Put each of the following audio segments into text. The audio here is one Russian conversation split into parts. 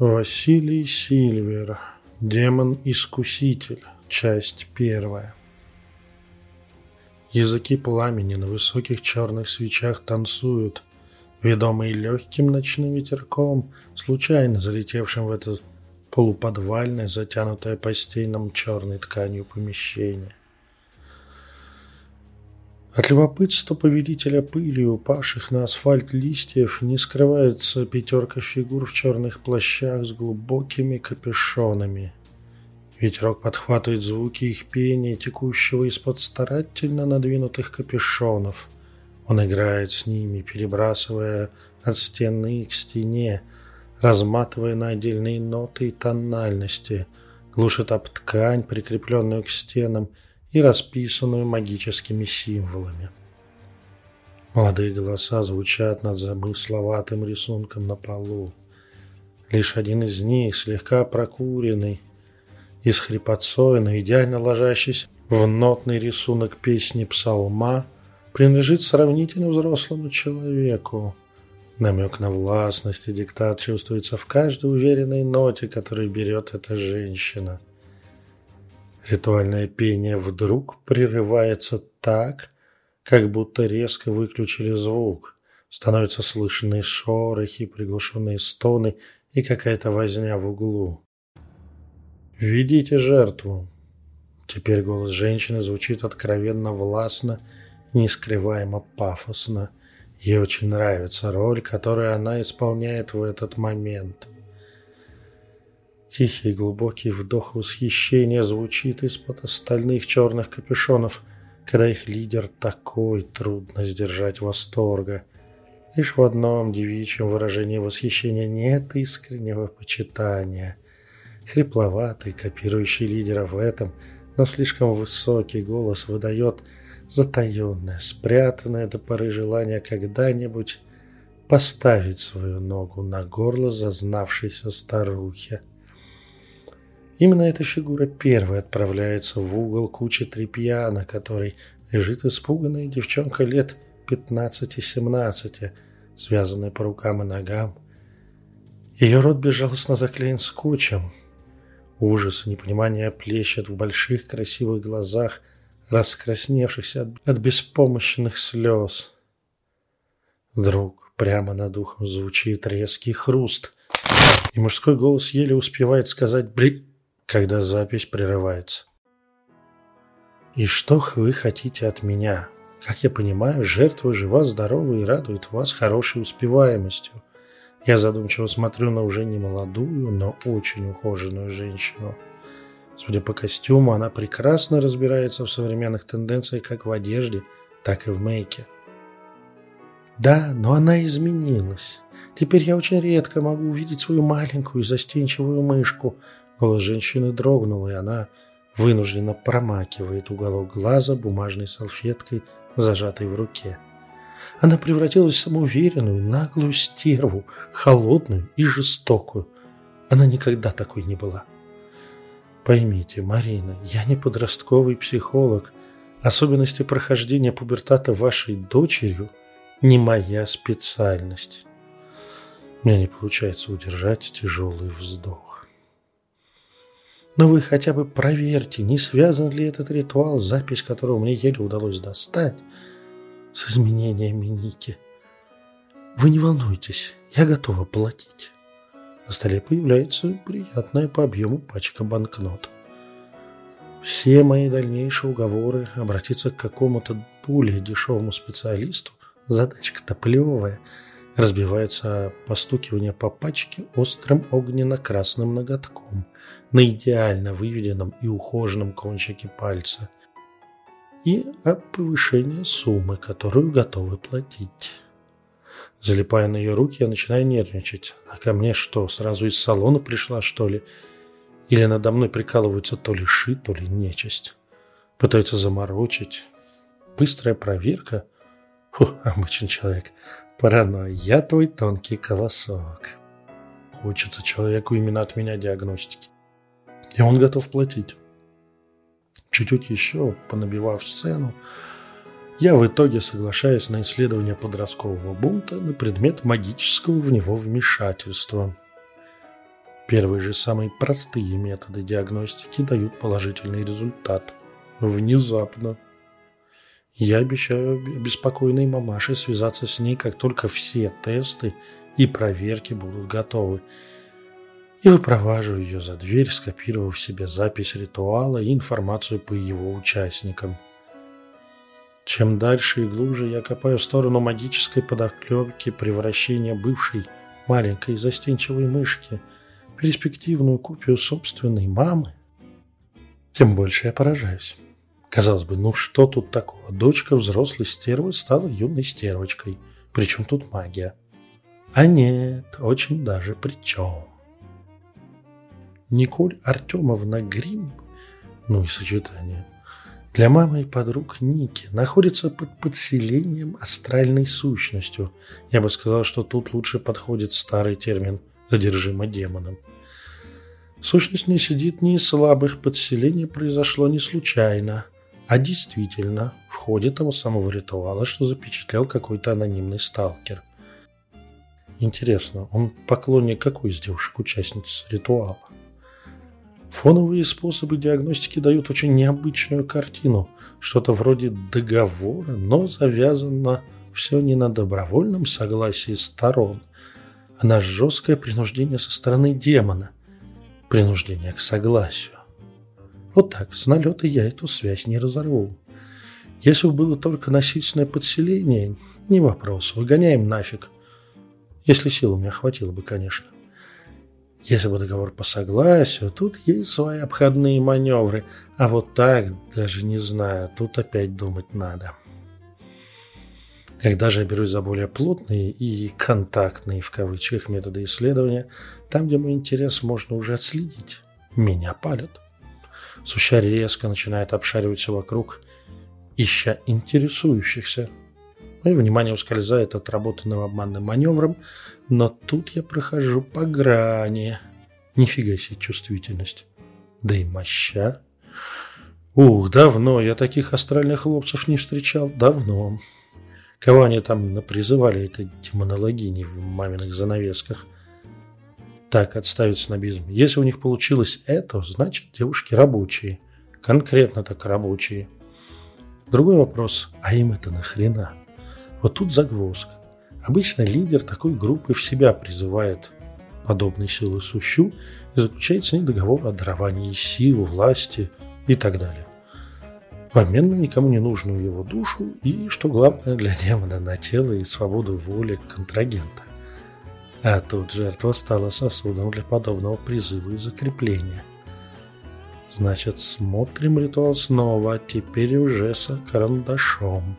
Василий Сильвер. Демон-искуситель. Часть 1. Языки пламени на высоких черных свечах танцуют, ведомые легким ночным ветерком, случайно залетевшим в это полуподвальное, затянутое постельным черной тканью помещение. От любопытства повелителя пыли, упавших на асфальт листьев, не скрывается 5 фигур в черных плащах с глубокими капюшонами. Ветерок подхватывает звуки их пения, текущего из-под старательно надвинутых капюшонов. Он играет с ними, перебрасывая от стены к стене, разматывая на отдельные ноты и тональности, глушит об ткань, прикрепленную к стенам, и расписанную магическими символами. Молодые голоса звучат над замысловатым рисунком на полу. Лишь один из них, слегка прокуренный и с хрипотцой, но идеально ложащийся в нотный рисунок песни псалма, принадлежит сравнительно взрослому человеку. Намек на властность и диктат чувствуется в каждой уверенной ноте, которую берет эта женщина. Ритуальное пение вдруг прерывается так, как будто резко выключили звук. Становятся слышны шорохи, приглушенные стоны и какая-то возня в углу. «Ведите жертву». Теперь голос женщины звучит откровенно властно и нескрываемо пафосно. Ей очень нравится роль, которую она исполняет в этот момент. Тихий глубокий вдох восхищения звучит из-под остальных черных капюшонов, когда их лидер такой, трудно сдержать восторга. Лишь в одном девичьем выражении восхищения нет искреннего почитания. Хрипловатый, копирующий лидера в этом, но слишком высокий голос выдает затаенное, спрятанное до поры желание когда-нибудь поставить свою ногу на горло зазнавшейся старухи. Именно эта фигура первой отправляется в угол кучи тряпья, на которой лежит испуганная девчонка лет 15-17, связанная по рукам и ногам. Ее рот безжалостно заклеен скотчем. Ужас и непонимание плещет в больших красивых глазах, раскрасневшихся от беспомощных слез. Вдруг прямо над ухом звучит резкий хруст, и мужской голос еле успевает сказать когда запись прерывается. «И что вы хотите от меня? Как я понимаю, жертва жива, здорова и радует вас хорошей успеваемостью». Я задумчиво смотрю на уже не молодую, но очень ухоженную женщину. Судя по костюму, она прекрасно разбирается в современных тенденциях как в одежде, так и в мейке. Да, но она изменилась. Теперь я очень редко могу увидеть свою маленькую застенчивую мышку. Голос женщины дрогнул, и она вынужденно промакивает уголок глаза бумажной салфеткой, зажатой в руке. Она превратилась в самоуверенную, наглую стерву, холодную и жестокую. Она никогда такой не была. Поймите, Марина, я не подростковый психолог. Особенности прохождения пубертата вашей дочерью не моя специальность. Мне не получается удержать тяжелый вздох. Но вы хотя бы проверьте, не связан ли этот ритуал, запись которого мне еле удалось достать, с изменениями Ники. Вы не волнуйтесь, я готова платить. На столе появляется приятная по объему пачка банкнот. Все мои дальнейшие уговоры обратиться к какому-то более дешевому специалисту, задачка-то плевая, разбивается о постукивание по пачке острым огненно-красным ноготком на идеально выведенном и ухоженном кончике пальца и о повышении суммы, которую готовы платить. Залипая на ее руки, я начинаю нервничать. А ко мне что, сразу из салона пришла, что ли? Или надо мной прикалываются то ли ши, то ли нечисть? Пытаются заморочить. Быстрая проверка? Обычный человек. Паранойя, я твой тонкий колосок. Хочется человеку именно от меня диагностики. И он готов платить. Чуть-чуть еще, понабивав сцену, я в итоге соглашаюсь на исследование подросткового бунта на предмет магического в него вмешательства. Первые же самые простые методы диагностики дают положительный результат. Внезапно. Я обещаю беспокойной мамаше связаться с ней, как только все тесты и проверки будут готовы. И выпроваживаю ее за дверь, скопировав себе запись ритуала и информацию по его участникам. Чем дальше и глубже я копаю в сторону магической подоклёвки превращения бывшей маленькой застенчивой мышки в перспективную копию собственной мамы, тем больше я поражаюсь. Казалось бы, ну что тут такого? Дочка взрослой стервы стала юной стервочкой. Причем тут магия? А нет, очень даже причем. Николь Артемовна Грим, ну и сочетание, для мамы и подруг Ники находится под подселением астральной сущностью. Я бы сказал, что тут лучше подходит старый термин «одержимо демоном». Сущность не сидит не из слабых, подселение произошло не случайно, а действительно в ходе того самого ритуала, что запечатлел какой-то анонимный сталкер. Интересно, он поклонник какой из девушек-участниц ритуала? Фоновые способы диагностики дают очень необычную картину. Что-то вроде договора, но завязано все не на добровольном согласии сторон, а на жесткое принуждение со стороны демона. Принуждение к согласию. Вот так, с налета я эту связь не разорву. Если бы было только насильственное подселение, не вопрос, выгоняем нафиг. Если сил у меня хватило бы, конечно. Если бы договор по согласию, тут есть свои обходные маневры. А вот так, даже не знаю, тут опять думать надо. Когда же я берусь за более плотные и контактные, в кавычках, методы исследования, там, где мой интерес можно уже отследить, меня палят. Сущарь резко начинает обшаривать все вокруг, ища интересующихся. Мое внимание ускользает отработанным обманным маневром, но тут я прохожу по грани. Нифига себе чувствительность. Да и моща. Давно я таких астральных хлопцев не встречал. Давно. Кого они там напризывали, этой демонологини в маминых занавесках. Так, отставить снобизм. Если у них получилось это, значит девушки рабочие. Конкретно так рабочие. Другой вопрос, а им это нахрена? Вот тут загвоздка. Обычно лидер такой группы в себя призывает подобные силы сущу и заключает с ней договор о даровании сил, власти и так далее. В обмен на никому не нужную его душу и, что главное для демона, на тело и свободу воли контрагента. А тут жертва стала сосудом для подобного призыва и закрепления. Значит, смотрим ритуал снова, теперь уже с карандашом.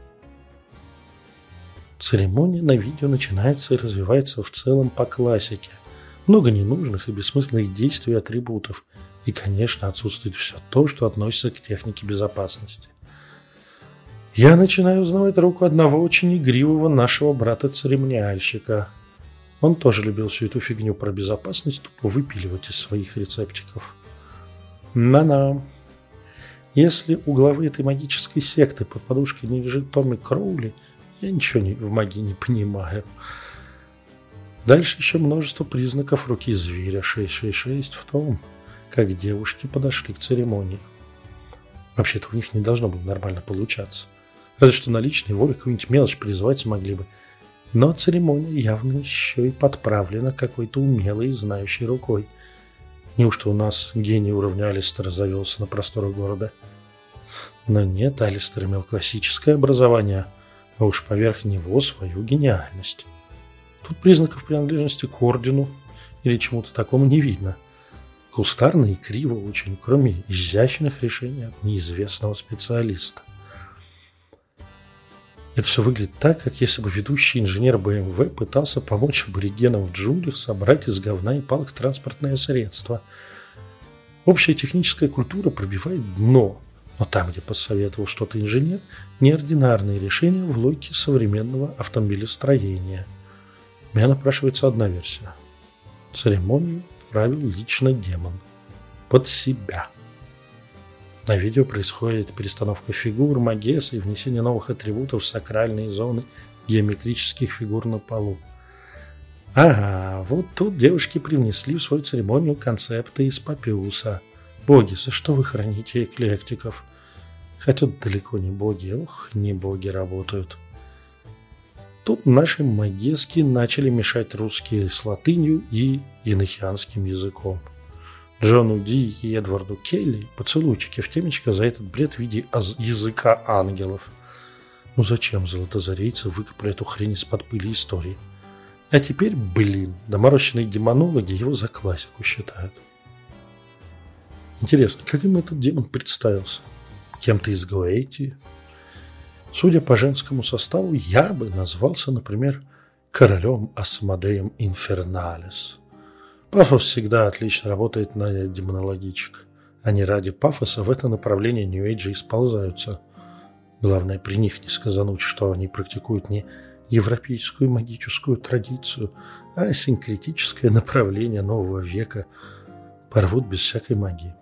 Церемония на видео начинается и развивается в целом по классике. Много ненужных и бессмысленных действий и атрибутов. И, конечно, отсутствует все то, что относится к технике безопасности. Я начинаю узнавать руку одного очень игривого нашего брата-церемониальщика. Он тоже любил всю эту фигню про безопасность тупо выпиливать из своих рецептиков. На-на. Если у главы этой магической секты под подушкой не лежит Томми Кроули, я ничего в магии не понимаю. Дальше еще множество признаков руки зверя 666 в том, как девушки подошли к церемонии. Вообще-то у них не должно было нормально получаться. Разве что на личной воле какую-нибудь мелочь призывать могли бы. Но церемония явно еще и подправлена какой-то умелой и знающей рукой. Неужто у нас гений уровня Алистера завелся на просторах города? Но нет, Алистер имел классическое образование, а уж поверх него свою гениальность. Тут признаков принадлежности к ордену или чему-то такому не видно. Кустарно и криво очень, кроме изящных решений от неизвестного специалиста. Это все выглядит так, как если бы ведущий инженер БМВ пытался помочь аборигенам в джунглях собрать из говна и палок транспортное средство. Общая техническая культура пробивает дно, но там, где посоветовал что-то инженер, неординарные решения в логике современного автомобилестроения. У меня напрашивается одна версия. Церемонию правил лично демон. Под себя. На видео происходит перестановка фигур, магеса и внесение новых атрибутов в сакральные зоны геометрических фигур на полу. Ага, вот тут девушки привнесли в свою церемонию концепты из папируса. Боги, за что вы храните эклектиков? Хотя далеко не боги, не боги работают. Тут наши магески начали мешать русские с латынью и енохианским языком. Джону Ди и Эдварду Келли поцелуйчики в темечко за этот бред в виде языка ангелов. Ну зачем золотозарейцы выкопали эту хрень из-под пыли истории? А теперь, доморощенные демонологи его за классику считают. Интересно, как им этот демон представился? Кем-то из Гоэти? Судя по женскому составу, я бы назвался, например, королем Асмодеем Инферналис. Пафос всегда отлично работает на демонологичек. Они ради пафоса в это направление Нью-Эйджа и сползаются. Главное, при них не сказануть, что они практикуют не европейскую магическую традицию, а синкретическое направление нового века, порвут без всякой магии.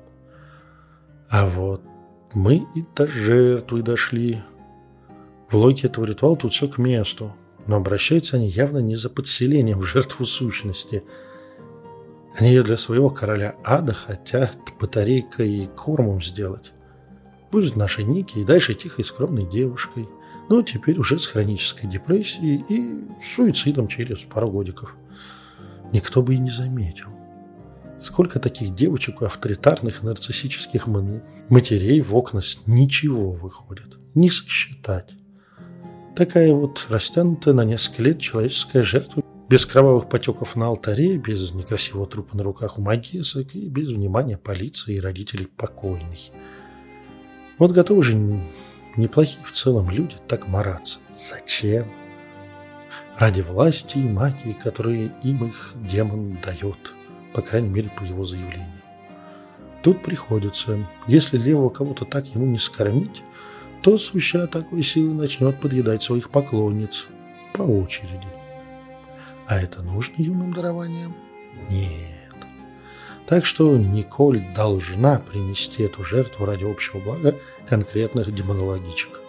А вот мы и до жертвы дошли. В логике этого ритуала тут все к месту, но обращаются они явно не за подселением в жертву сущности. Они ее для своего короля ада хотят батарейкой и кормом сделать. Будет нашей Ники и дальше тихой скромной девушкой, но теперь уже с хронической депрессией и суицидом через пару годиков. Никто бы и не заметил. Сколько таких девочек у авторитарных нарциссических матерей в окна ничего выходит. Не сосчитать. Такая вот растянутая на несколько лет человеческая жертва, без кровавых потеков на алтаре, без некрасивого трупа на руках у магесок и без внимания полиции и родителей покойной. Вот готовы же неплохие в целом люди так мараться. Зачем? Ради власти и магии, которые им их демон дает, по крайней мере, по его заявлению. Тут приходится, если левого кого-то так ему не скормить, то суща такой силы начнет подъедать своих поклонниц по очереди. А это нужно юным дарованиям? Нет. Так что Николь должна принести эту жертву ради общего блага конкретных демонологичек.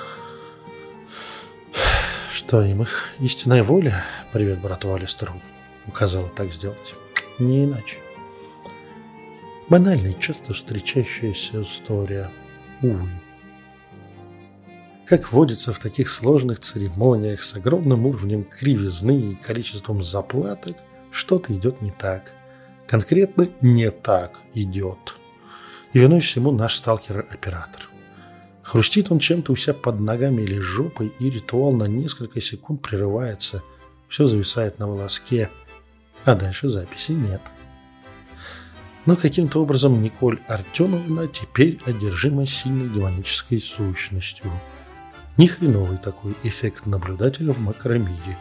Что им их истинная воля, привет брату Алистеру, указала так сделать? Не иначе. Банальная и часто встречающаяся история. Увы. Как водится в таких сложных церемониях с огромным уровнем кривизны и количеством заплаток, что-то идет не так. Конкретно не так идет. И виной всему наш сталкер-оператор. Хрустит он чем-то у себя под ногами или жопой, и ритуал на несколько секунд прерывается. Все зависает на волоске, а дальше записи нет. Но каким-то образом Николь Артемовна теперь одержима сильной демонической сущностью. Ни хреновый такой эффект наблюдателя в макромире.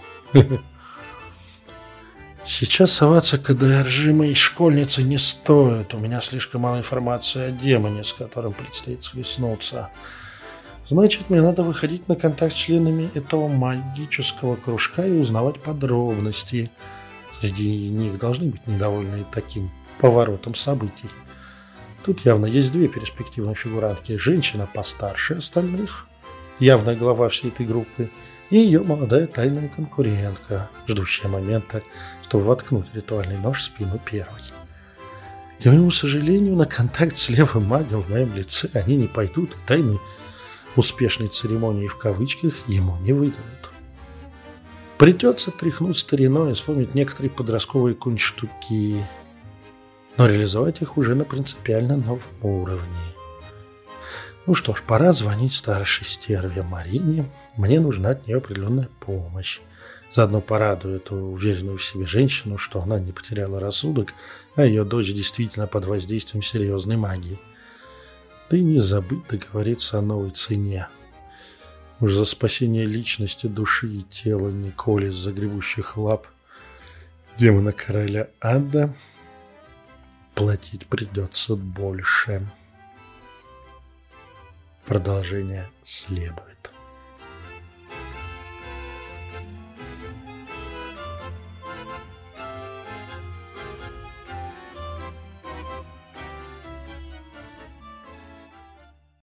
Сейчас соваться к одержимой школьнице не стоит. У меня слишком мало информации о демоне, с которым предстоит схлестнуться. Значит, мне надо выходить на контакт с членами этого магического кружка и узнавать подробности. Среди них должны быть недовольные таким поворотом событий. Тут явно есть две перспективные фигурантки. Женщина постарше остальных, явная глава всей этой группы, и ее молодая тайная конкурентка, ждущая момента, чтобы воткнуть ритуальный нож в спину первой. К моему сожалению, на контакт с левым магом в моем лице они не пойдут, и тайны успешной церемонии в кавычках ему не выдадут. Придется тряхнуть стариной и вспомнить некоторые подростковые кунштуки, но реализовать их уже на принципиально новом уровне. Ну что ж, пора звонить старшей стерве Марине. Мне нужна от нее определенная помощь. Заодно порадую эту уверенную в себе женщину, что она не потеряла рассудок, а ее дочь действительно под воздействием серьезной магии. Да и не забыть договориться о новой цене. Уж за спасение личности, души и тела Николи с загребущих лап демона короля ада платить придется больше. Продолжение следует.